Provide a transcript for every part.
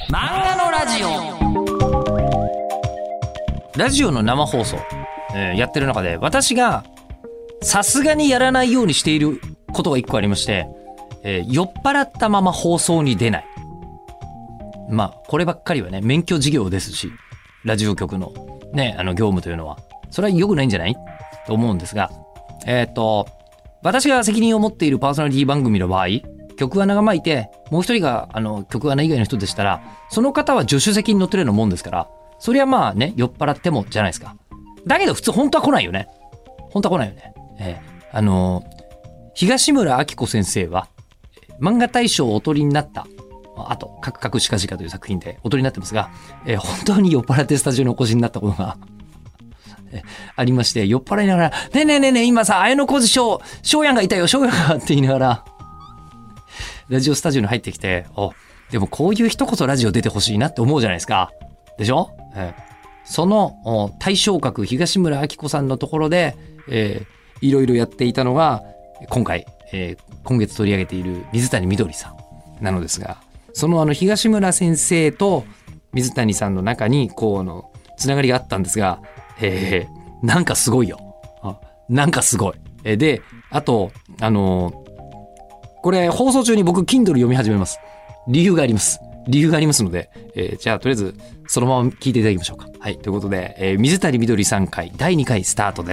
漫画のラジオ。ラジオの生放送、やってる中で私がさすがにやらないようにしていることが一個ありまして、酔っ払ったまま放送に出ない。まあこればっかりはね、免許事業ですし、ラジオ局のね、業務というのはそれは良くないんじゃないと思うんですが、私が責任を持っているパーソナリティ番組の場合、局アナが巻いて、もう一人が局アナ以外の人でしたら、その方は助手席に乗ってるようなもんですから、そりゃまあね、酔っ払ってもじゃないですか。だけど普通本当は来ないよね。本当は来ないよね。東村明子先生は漫画大賞をお取りになったあと、カクカクシカジカという作品でお取りになってますが、本当に酔っ払ってスタジオにお越しになったことがありまして、酔っ払いながら、ねえねえねえねえ、今さ、綾小路翔やんがいたよ、翔やんがって言いながら、ラジオスタジオに入ってきて、でもこういう一言ラジオ出てほしいなって思うじゃないですか。でしょ？その大将格東村明子さんのところで、いろいろやっていたのが、今月取り上げている水谷みどりさんなのですが、その東村先生と水谷さんの中につながりがあったんですが、なんかすごいよ。なんかすごい。で、あと、これ放送中に僕 Kindle 読み始めます。理由がありますので、じゃあとりあえずそのまま聞いていただきましょうか。はい、ということで、水谷みどりさん回第2回スタートです。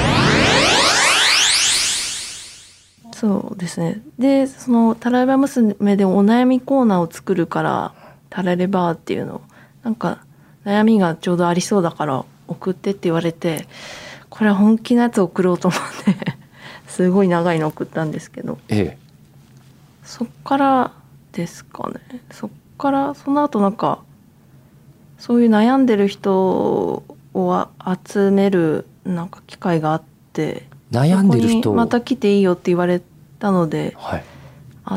そうですね。で、そのタラレバ娘でお悩みコーナーを作るからタラレバーっていうのをなんか悩みがちょうどありそうだから送ってって言われて、これは本気のやつを送ろうと思ってすごい長いの送ったんですけど、そっからですかね。その後なんかそういう悩んでる人を集めるなんか機会があって、 悩んでる人そこにまた来ていいよって言われたので、会って、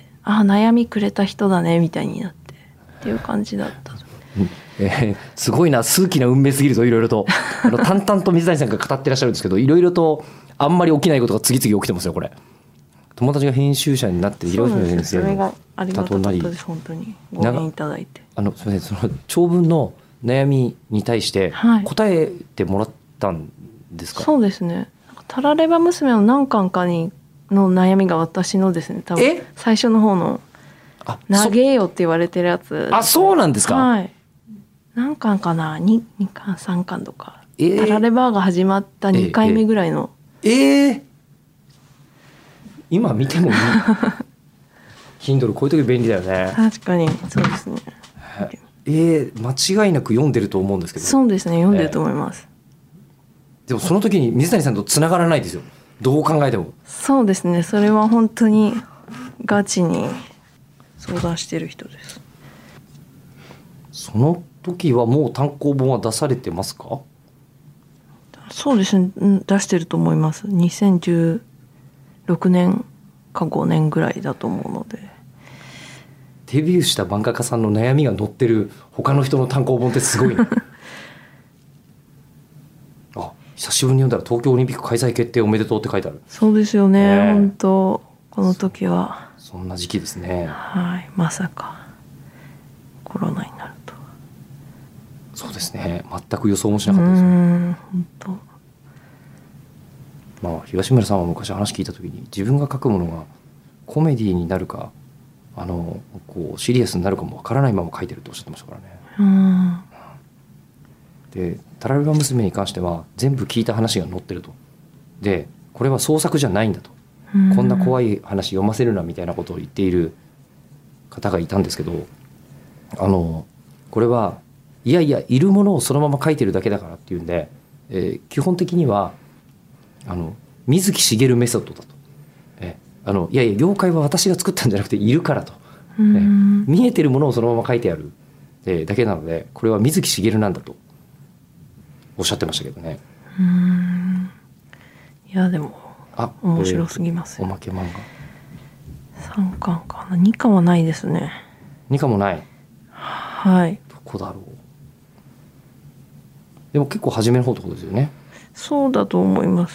悩みくれた人だねみたいになってっていう感じだった。 すごいな、数奇な運命すぎるぞ。いろいろと淡々と水谷さんが語ってらっしゃるんですけど、いろいろとあんまり起きないことが次々起きてますよ。これ友達が編集者になって広島先生それがありがたかったです。本当にご縁いただいて。 すみません、その長文の悩みに対して答えてもらったんですか？ そうですね。タラレバ娘の何巻かの悩みが私のですね、多分最初の方の長えよって言われてるやつ。 そうなんですか？ はい。何巻かな、2巻3巻とか、タラレバーが始まった2回目ぐらいの、 今見てもいいKindle こういう時便利だよね。 確かにそうですね。 間違いなく読んでると思うんですけど。 そうですね、読んでると思います。 でもその時に水谷さんとつながらないですよ、どう考えても。 そうですね、それは本当にガチに相談してる人です。 その時はもう単行本は出されてますか？ そうですね、出してると思います。2016年か5年ぐらいだと思うので。 デビューした漫画家さんの悩みが載ってる他の人の単行本ってすごいね久しぶりに読んだら東京オリンピック開催決定おめでとうって書いてある。 そうですよね、本当この時はそんな時期ですね。 はい、まさかコロナになるとは。 そうですね、全く予想もしなかったですね。 本当。東村さんは昔話聞いた時に、自分が書くものがコメディになるかシリアスになるかもわからないまま書いてるとおっしゃってましたからね。でタラレバ娘に関しては全部聞いた話が載ってると。でこれは創作じゃないんだと、こんな怖い話読ませるなみたいなことを言っている方がいたんですけど、これはいやいるものをそのまま書いてるだけだからっていうんで、基本的には水木しげるメソッドだと。いや妖怪は私が作ったんじゃなくているからと、見えてるものをそのまま書いてある、だけなので、これは水木しげるなんだとおっしゃってましたけどね。 いやでも面白すぎますよ。 おまけ漫画 3巻かな、2巻はないですね。 2巻もない。 はい。 どこだろう。でも結構初めの方ってことですよね。 そうだと思います。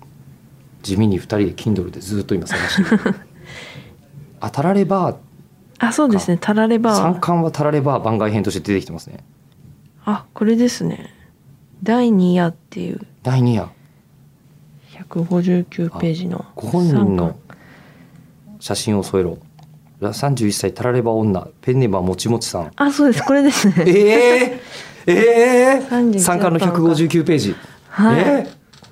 地味に2人で Kindle でずっと今探してるタラレバーあ、そうですね。タラレバ 3 ー。 巻はタラレバー番外編として出てきてますね。 あ、これですね。第2夜っていう第2夜。 159ページのご本人の写真を添えろ。31歳タラレバ女ペンネームはもちもちさん。 あ、そうです。これですね。 3巻の159ページ。 はい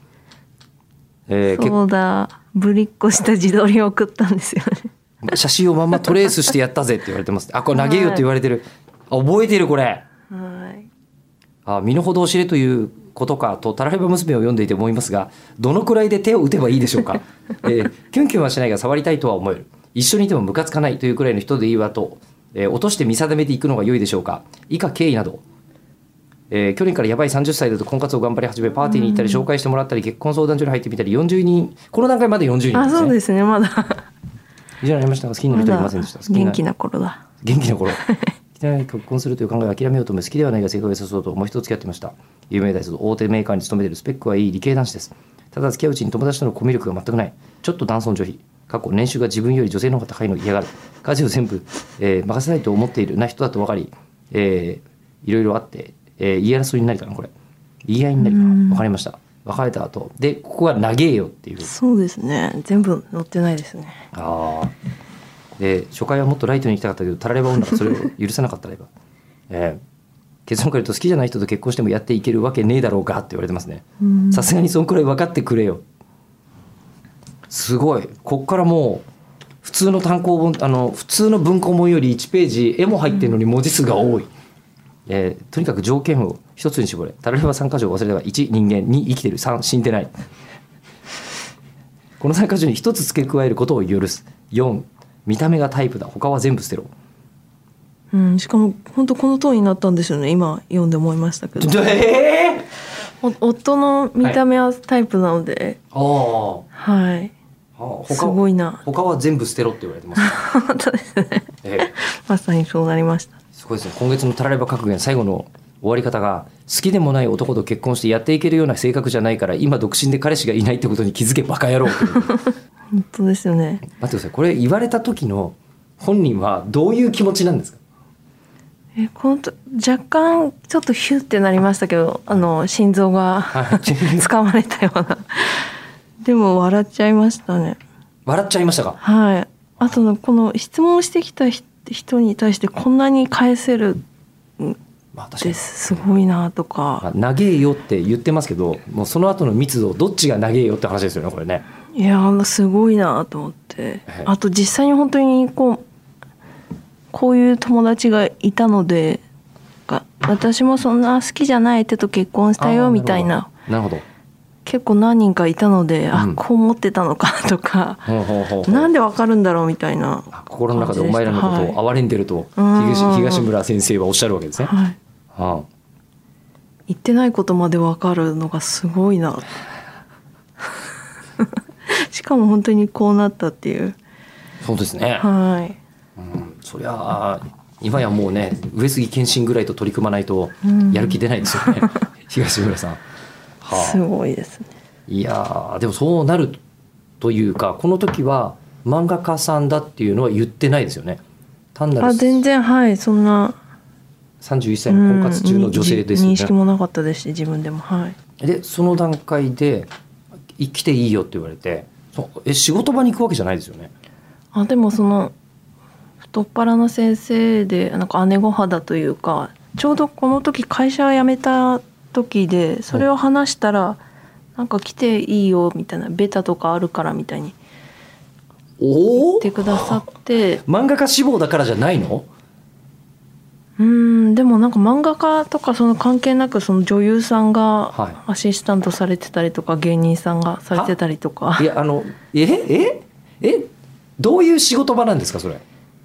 そうだ、ぶりっこした自撮りを送ったんですよね。 写真をまんまトレースしてやったぜって言われてます。あ、これ投げよって言われてる。あ、覚えてるこれ。 はい。 あ、身の程を知れということかとタラレバ娘を読んでいて思いますが、どのくらいで手を打てばいいでしょうか。キュンキュンはしないが触りたいとは思える。一緒にいてもムカつかないというくらいの人でいいわと、落として見定めていくのが良いでしょうか。以下経緯など。去年からやばい30歳だと婚活を頑張り始め、パーティーに行ったり紹介してもらったり結婚相談所に入ってみたり40人、この段階まで40人ですね。 あ、そうですね。まだ以上になりましたが好きになる人はいませんでした。 元気な頃だ。 元気な頃結婚するという考えを諦めようとも好きではないが性格が良さそうともう一つ付き合ってました。有名大卒大手メーカーに勤めているスペックはいい理系男子です。ただ付き合ううちに友達とのコミュ力が全くない。ちょっと男尊女卑。過去年収が自分より女性の方が高いのを嫌がる。家事を全部、任せないと思っているな人だと分かり、いろいろあって、言い争いになるかなこれ。言い合いになるかな。分かりました。別れた後でここは長えよっていう。 そうですね。全部載ってないですね。 ああ。で初回はもっとライトに行きたかったけどタラレバ女がそれを許さなかったら結論から言うと好きじゃない人と結婚してもやっていけるわけねえだろうかって言われてますね。さすがにそんくらい分かってくれよ。すごい。こっからもう普通の単行本普通の文庫本より1ページ絵も入ってるのに文字数が多い。とにかく条件を一つに絞れ。タラレバ3箇条忘れれば1人間2生きてる3死んでない。この3箇条に1つ付け加えることを許す。4見た目がタイプだ他は全部捨てろ。 しかも本当この通りになったんですよね。今読んで思いましたけど、夫の見た目はタイプなので、はい、すごいな。 他は全部捨てろって言われてます。 本当ですね、まさにそうなりました。 すごいですね。今月のタラレバ格言最後の終わり方が好きでもない男と結婚してやっていけるような性格じゃないから今独身で彼氏がいないってことに気づけバカ野郎。 本当ですよね。 待ってください。これ言われた時の本人はどういう気持ちなんですか。 若干ちょっとヒュってなりましたけど、心臓が掴まれたようなでも笑っちゃいましたね。 笑っちゃいましたか。 はい。あとこの質問してきた人に対してこんなに返せるですすごいなとか。 長えよって言ってますけど、もうその後の密度どっちが長えよって話ですよねこれね。 いやすごいなと思って、あと実際に本当にこういう友達がいたので、私もそんな好きじゃない手と結婚したよみたいな。 なるほど。 結構何人かいたので、こう思ってたのかとか、なんでわかるんだろうみたいな。 心の中でお前らのことを憐れんでると、東村先生はおっしゃるわけですね。 言ってないことまでわかるのがすごいな。しかも本当にこうなったっていう。 そうですね。そりゃ今やもうね上杉謙信ぐらいと取り組まないとやる気出ないですよね。東村さん。 すごいですね。 いやでもそうなるというかこの時は漫画家さんだっていうのは言ってないですよね。単なる全然そんな 31歳の婚活中の女性ですよね。 認識もなかったですし自分でも。 でその段階で生きていいよって言われて仕事場に行くわけじゃないですよね。 でも太っ腹の先生で姉御肌というか、ちょうどこの時会社辞めた時でそれを話したら来ていいよみたいな、ベタとかあるからみたいに言ってくださって。 漫画家志望だからじゃないの？ でも漫画家とか関係なく女優さんがアシスタントされてたりとか、芸人さんがされてたりとか。 いやどういう仕事場なんですかそれ。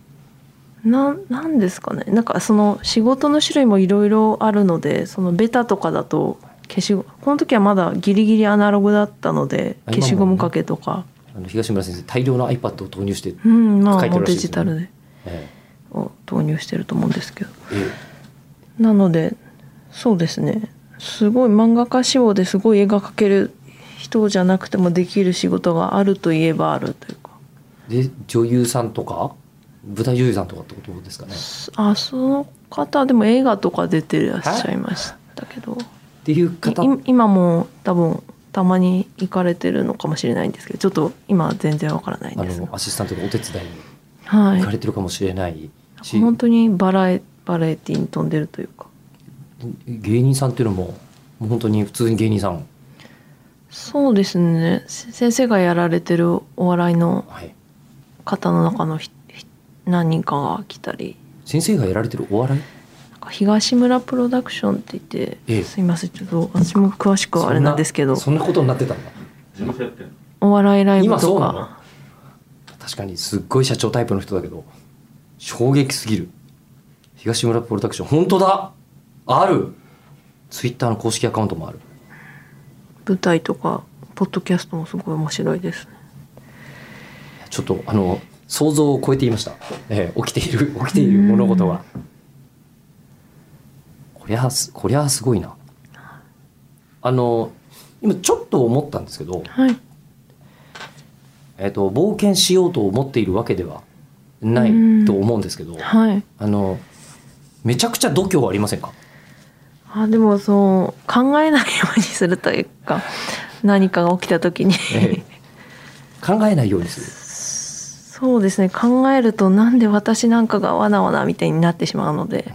なんですかね。仕事の種類もいろいろあるので、ベタとかだと消しゴム、この時はまだギリギリアナログだったので消しゴムかけとか。 東村先生大量の iPad を投入して書いてるらしいですよね。デジタルでを投入してると思うんですけど、なのでそうですね、すごい漫画家志望ですごい絵が描ける人じゃなくてもできる仕事があるといえばあるというか。 で女優さんとか舞台女優さんとかってことですかね。 あ、その方でも映画とか出てらっしゃいましたけど、 っていう方、 今も多分たまに行かれてるのかもしれないんですけど、ちょっと今は全然わからないんですが、 アシスタントでお手伝いにはい、 行かれてるかもしれないし、 本当にバラエティに富んでるというか。 芸人さんっていうのももう本当に普通に芸人さん、 そうですね、先生がやられてるお笑いのはい、 方の中の何人かが来たり、 先生がやられてるお笑い、 なんか東村プロダクションって言って、 ええ、 すいませんちょっと私も詳しくはあれなんですけど、 そんなことになってたんだ。 お笑いライブ今そうとなの？ か。 確かにすっごい社長タイプの人だけど衝撃すぎる。東村プロダクション、本当だ、ある。ツイッターの公式アカウントもある。 舞台とかポッドキャストもすごい面白いですね。 ちょっと想像を超えていました、起きている物事が。こりゃすごいな。今ちょっと思ったんですけど、 はい、 冒険しようと思っているわけではないと思うんですけど、 はい、 めちゃくちゃ度胸ありませんか？ でもそう考えないようにするというか、何かが起きた時に、 考えないようにする。 そうですね、考えるとなんで私なんかがわなわなみたいになってしまうので、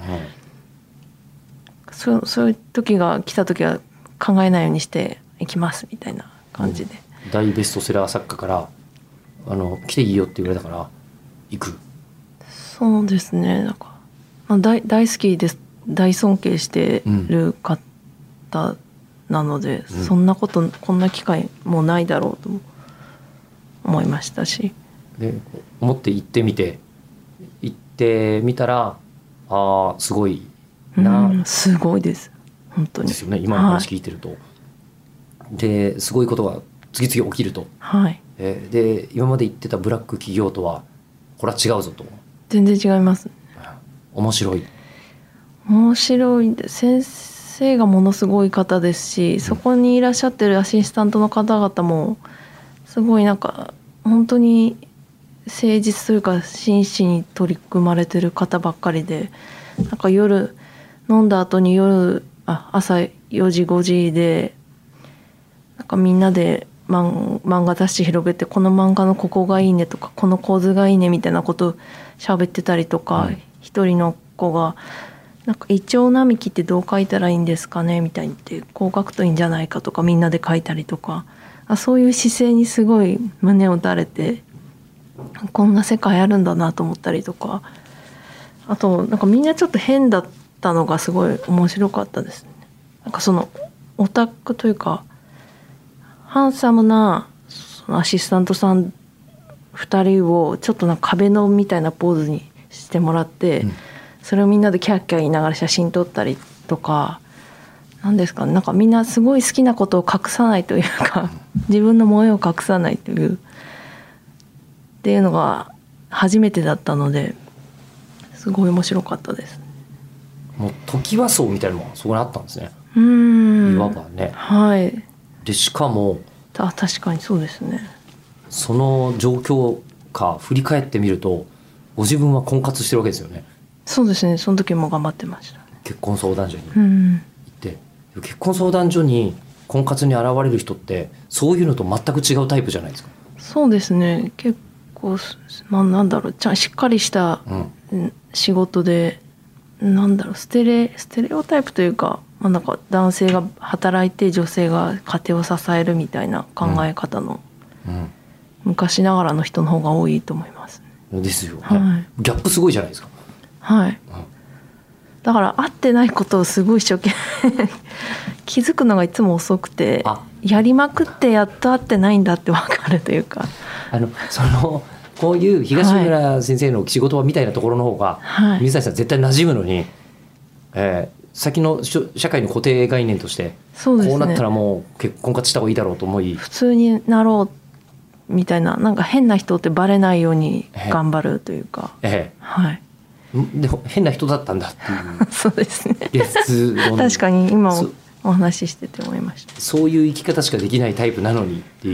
そういう時が来た時は考えないようにしていきますみたいな感じで、 大ベストセラー作家から来ていいよって言われたから行く。 そうですね、なんか大好きです、大尊敬してる方なので、そんなことこんな機会もうないだろうと思いましたし、 で思って行ってみたら、すごいな、 すごいです本当にですよね、今の話聞いてると、はい、ですごいことが次々起きると、 はい、 で今まで言ってたブラック企業とはこれは違うぞと。 全然違います。 面白いんで、先生がものすごい方ですし、そこにいらっしゃってるアシスタントの方々もすごいなんか本当に誠実というか真摯に取り組まれてる方ばっかりで、なんか夜飲んだ後に朝4時5時でなんかみんなで漫画雑誌広げて、この漫画のここがいいねとかこの構図がいいねみたいなことを喋ってたりとか、一人の子がなんかイチョウ並木ってどう書いたらいいんですかねみたいに言って、こう書くといいんじゃないかとかみんなで書いたりとか、そういう姿勢にすごい胸を打たれて、こんな世界あるんだなと思ったりとか、あとなんかみんなちょっと変だったのがすごい面白かったですね。なんかそのオタクというかハンサムなそのアシスタントさん2人をちょっとなんか壁のみたいなポーズにしてもらって、それをみんなでキャッキャ言いながら写真撮ったりとか、なんですかね、なんかみんなすごい好きなことを隠さないというか自分の萌えを隠さないというっていうのが初めてだったので、すごい面白かったです。 もうトキワ荘みたいなのもそこにあったんですね。いわばね。 はい。 でしかも確かにそうですね。 その状況か振り返ってみると、ご自分は婚活してるわけですよね。 そうですね。その時も頑張ってました。 結婚相談所に行って、結婚相談所に婚活に現れる人ってそういうのと全く違うタイプじゃないですか。 そうですね。結構なんだろう、しっかりした仕事で、なんだろう、ステレオタイプというか、なんか男性が働いて女性が家庭を支えるみたいな考え方の、昔ながらの人の方が多いと思います。 ですよね、ギャップすごいじゃないですか。 はい、だから会ってないことをすごい一生懸命気づくのがいつも遅くて、やりまくってやっと会ってないんだって分かるというか、 こういう東村先生の仕事場みたいなところの方が、水谷さん絶対馴染むのに、先の社会の固定概念として、こうなったらもう結婚活した方がいいだろうと思い、 普通になろうみたいな、なんか変な人ってバレないように頑張るというか、はい、 でも変な人だったんだっていうそうですね確かに今もお話ししてて思いました。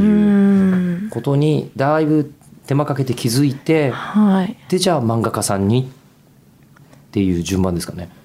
そういう生き方しかできないタイプなのにっていうことにだいぶ手間かけて気づいて、 はい、 でじゃあ漫画家さんにっていう順番ですかね。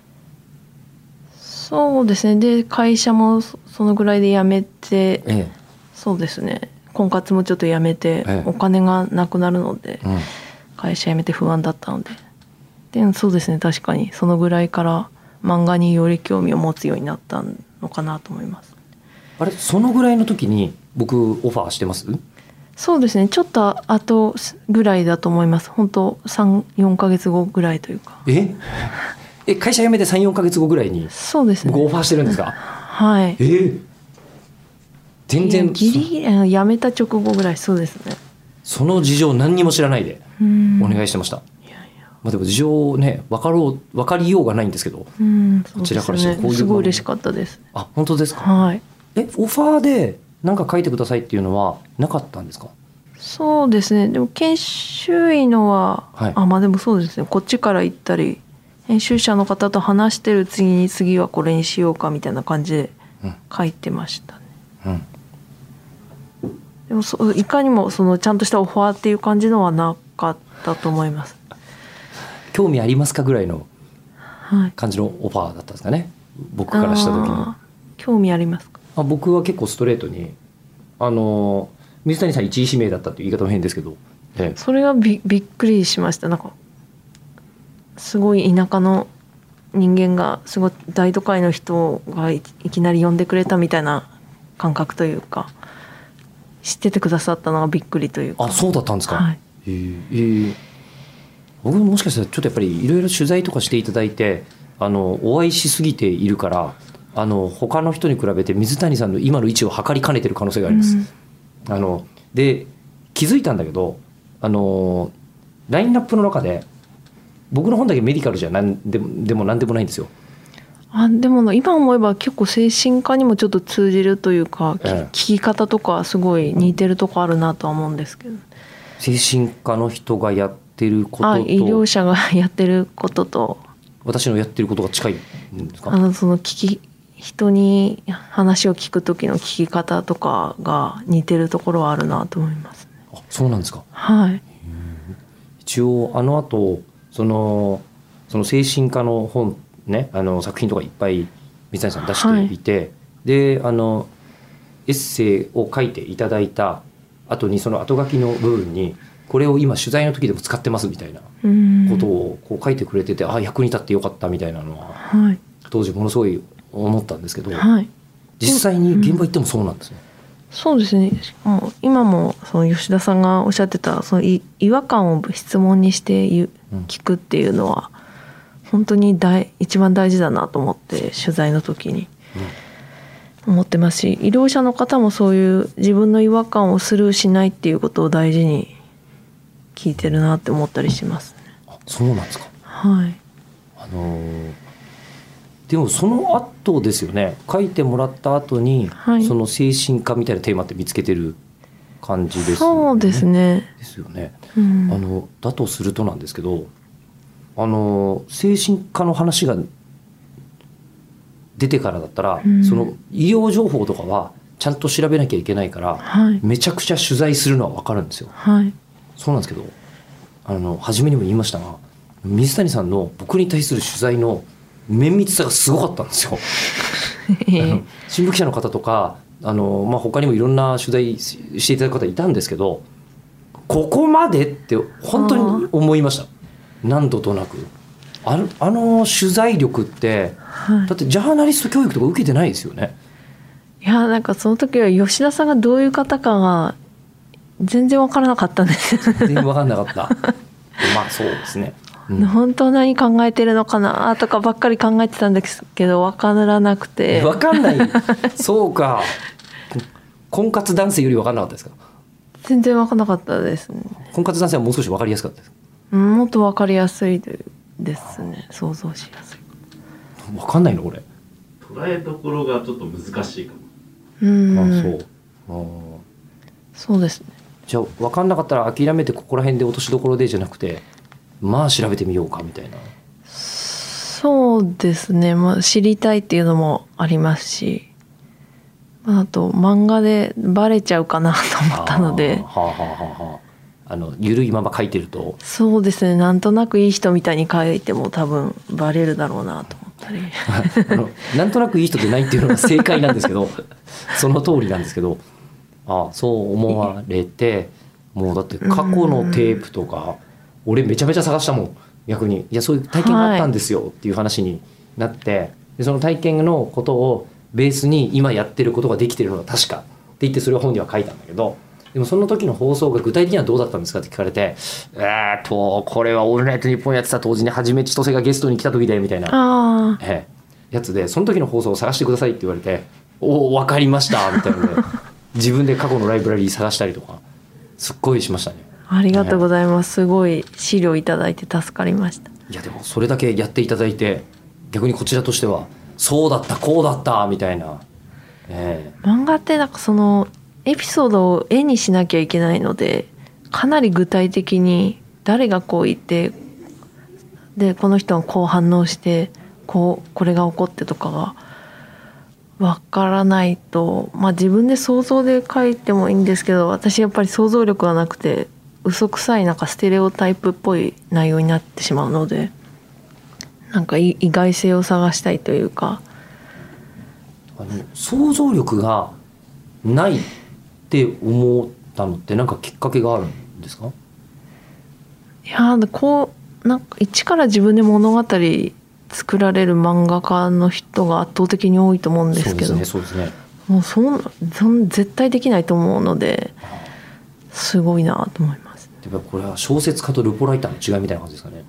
そうですね。で会社もそのぐらいで辞めて、 ええ、 そうですね、婚活もちょっと辞めて、 ええ、 お金がなくなるので、会社辞めて不安だったので、でそうですね、確かにそのぐらいから漫画により興味を持つようになったのかなと思います。 あれそのぐらいの時に僕オファーしてます？ そうですね、ちょっと後ぐらいだと思います。本当3、4ヶ月後ぐらいというか。 会社辞めて3、4ヶ月後ぐらいにそうですね、 僕オファーしてるんですか？ はい。 全然ギリギリ辞めた直後ぐらい。そうですね。 その事情何にも知らないでお願いしてました。まあ、でも事情ね分かりようがないんですけど、こちらからしてこういうすごい嬉しかったです。 あ、本当ですか？ はい。 オファーで何か書いてくださいっていうのはなかったんですか？ そうですね、でも研修医のは、 はい、 まあでもそうですね、こっちから行ったり編集者の方と話してる次はこれにしようかみたいな感じで書いてましたね。でもいかにもちゃんとしたオファーっていう感じのはなかったと思います。 興味ありますかぐらいの感じのオファーだったんですかね、僕からした時に。 興味ありますか？ 僕は結構ストレートに水谷さん一位指名だったっていう言い方も変ですけど、 それがびっくりしました。なんかすごい田舎の人間がすごい大都会の人がいきなり呼んでくれたみたいな感覚というか、知っててくださったのがびっくりというか。 あ、そうだったんですか？ はい。 僕もしかしたらちょっとやっぱりいろいろ取材とかしていただいてお会いしすぎているから他の人に比べて水谷さんの今の位置を測りかねてる可能性があります。で気づいたんだけどラインナップの中で僕の本だけメディカルじゃ何でも何でもないんですよ。 でも今思えば結構精神科にもちょっと通じるというか、聞き方とかすごい似てるとこあるなとは思うんですけど。 精神科の人がやってることと医療者がやってることと私のやってることが近いんですか？ 人に話を聞く時の聞き方とかが似てるところはあるなと思います、ね。 あ、そうなんですか？ はい。 一応後その精神科の本ね作品とかいっぱい水谷さん出していて、はい、でエッセイを書いていただいた後にその後書きの部分にこれを今取材の時でも使ってますみたいなことをこう書いてくれてて、役に立ってよかったみたいなのは、はい、当時ものすごい思ったんですけど、はい、実際に現場行ってもそうなんですね。 そうですね。もう今も吉田さんがおっしゃってた違和感を質問にして聞くっていうのは本当に一番大事だなと思って取材の時に思ってますし、医療者の方もそういう自分の違和感をスルーしないっていうことを大事に聞いてるなって思ったりしますね。 あ、そうなんですか？ はい。 でもその後ですよね、書いてもらった後に、はい、その精神科みたいなテーマって見つけてる感じですよね。 そうですね。 ですよね。だとするとなんですけど精神科の話が出てからだったら、その医療情報とかはちゃんと調べなきゃいけないから、はい、めちゃくちゃ取材するのは分かるんですよ。はい、そうなんですけど初めにも言いましたが水谷さんの僕に対する取材の綿密さがすごかったんですよ。新聞記者の方とか他にもいろんな取材していただく方いたんですけど、ここまでって本当に思いました。何度となく取材力って、はい、だってジャーナリスト教育とか受けてないですよね。 いやなんかその時は吉田さんがどういう方かが全然分からなかったんですよ。 全然分からなかった。まあそうですね。 本当何考えてるのかなとかばっかり考えてたんですけど分からなくて。 分かんない。そうか。婚活男性より分からなかったですか？ 全然分からなかったですね。 婚活男性はもう少し分かりやすかったですか？ もっと分かりやすいですね。想像しやすい。 分かんないのこれ。 捉えどころがちょっと難しいかも。 そうですね。 じゃあ分かんなかったら諦めてここら辺で落としどころでじゃなくて、まあ調べてみようかみたいな。 そうですね。知りたいっていうのもありますし、あと漫画でバレちゃうかなと思ったので、 緩いまま書いてると。 そうですね、なんとなくいい人みたいに書いても多分バレるだろうなと思ったりなんとなくいい人でないっていうのが正解なんですけどその通りなんですけど、そう思われて、もうだって過去のテープとか俺めちゃめちゃ探したもん。逆にいやそういう体験があったんですよっていう話になって、でその体験のことをベースに今やってることができてるのが確かって言ってそれを本には書いたんだけど、でもその時の放送が具体的にはどうだったんですかって聞かれて、これはオールナイトニッポンやってた当時にはじめ千歳がゲストに来た時でみたいな、やつで、その時の放送を探してくださいって言われて、分かりましたみたいなので自分で過去のライブラリー探したりとかすっごいしましたね。 ありがとうございます。すごい資料いただいて助かりました。 いやでもそれだけやっていただいて、逆にこちらとしてはそうだったこうだったみたいな、 漫画ってなんかそのエピソードを絵にしなきゃいけないので、かなり具体的に誰がこう言って、でこの人はこう反応してこれが起こってとかがわからないと、自分で想像で書いてもいいんですけど、私やっぱり想像力がなくて嘘くさいなんかステレオタイプっぽい内容になってしまうので、なんか意外性を探したいというか。 想像力がないって思ったのって何かきっかけがあるんですか？ いやこうなんか一から自分で物語作られる漫画家の人が圧倒的に多いと思うんですけど、 そうですね。 もう絶対できないと思うので、すごいなと思います。 やっぱこれは小説家とルポライターの違いみたいな感じですかね。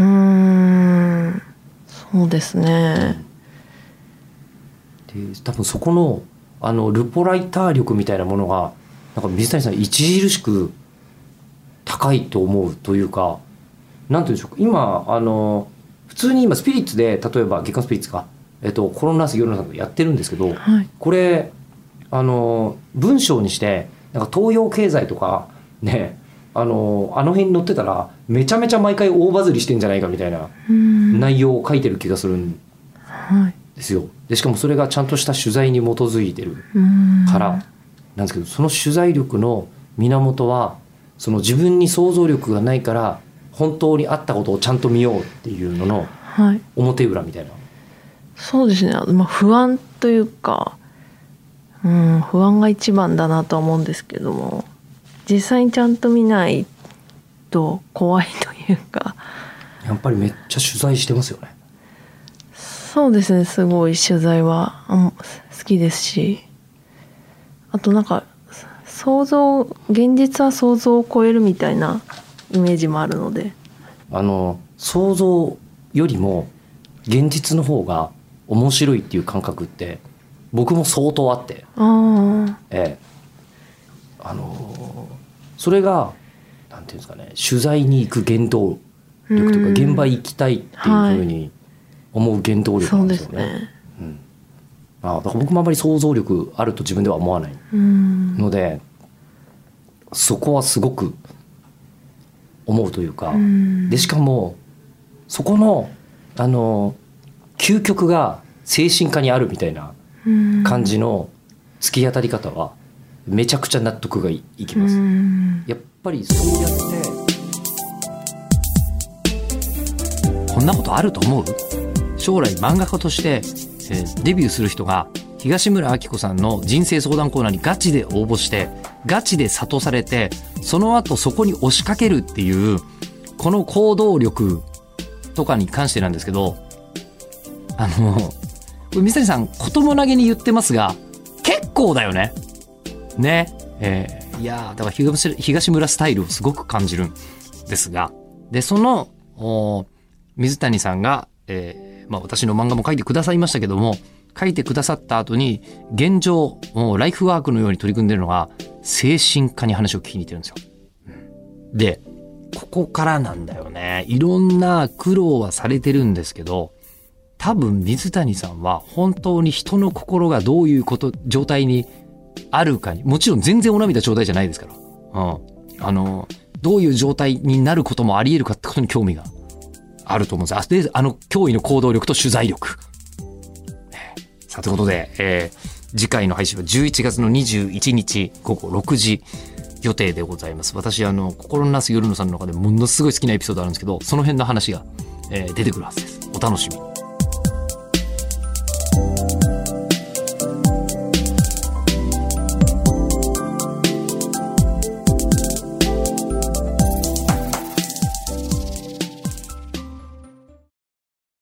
そうですね。 で多分そこのルポライター力みたいなものがなんか水谷さん著しく高いと思うというか、なんていうんでしょうか、今普通に今スピリッツで例えば月刊スピリッツか、コロナス夜のさんとやってるんですけど、これ文章にしてなんか東洋経済とかね、あの辺に載ってたらめちゃめちゃ毎回大バズりしてんじゃないかみたいな内容を書いてる気がするんですよ。でしかもそれがちゃんとした取材に基づいてるからなんですけど、その取材力の源はその自分に想像力がないから本当にあったことをちゃんと見ようっていうのの表裏みたいな、 そうですね、不安というか、不安が一番だなとは思うんですけども、実際にちゃんと見ないと怖いというか。 やっぱりめっちゃ取材してますよね。 そうですね、すごい取材は好きですし、あとなんか現実は想像を超えるみたいなイメージもあるので、 想像よりも現実の方が面白いっていう感覚って僕も相当あって、それがなんていうんですかね、取材に行く原動力とか現場行きたいっていうふうに思う原動力なんですよね。だから僕もあまり想像力あると自分では思わないので、そこはすごく思うというか、でしかもそこの究極が精神科にあるみたいな感じの突き当たり方はめちゃくちゃ納得がいきます。やっぱりそうやってこんなことあると思う？将来漫画家として、デビューする人が東村アキコさんの人生相談コーナーにガチで応募してガチで悟されて、その後そこに押しかけるっていうこの行動力とかに関してなんですけど、これ水谷さんことも投げに言ってますが結構だよね。いやだから東村スタイルをすごく感じるんですが、でその水谷さんが、私の漫画も書いてくださいましたけども、書いてくださった後に現状もうライフワークのように取り組んでるのが精神科に話を聞きに行ってるんですよ。でここからなんだよね。いろんな苦労はされてるんですけど、多分水谷さんは本当に人の心がどういう状態にあるかに、もちろん全然お涙頂戴じゃないですから、どういう状態になることもあり得るかってことに興味があると思うんです。で驚異の行動力と取材力。さあということで、次回の配信は11月の21日午後6時予定でございます。私心のなす夜のさんの中でものすごい好きなエピソードあるんですけど、その辺の話が、出てくるはずです。お楽しみに。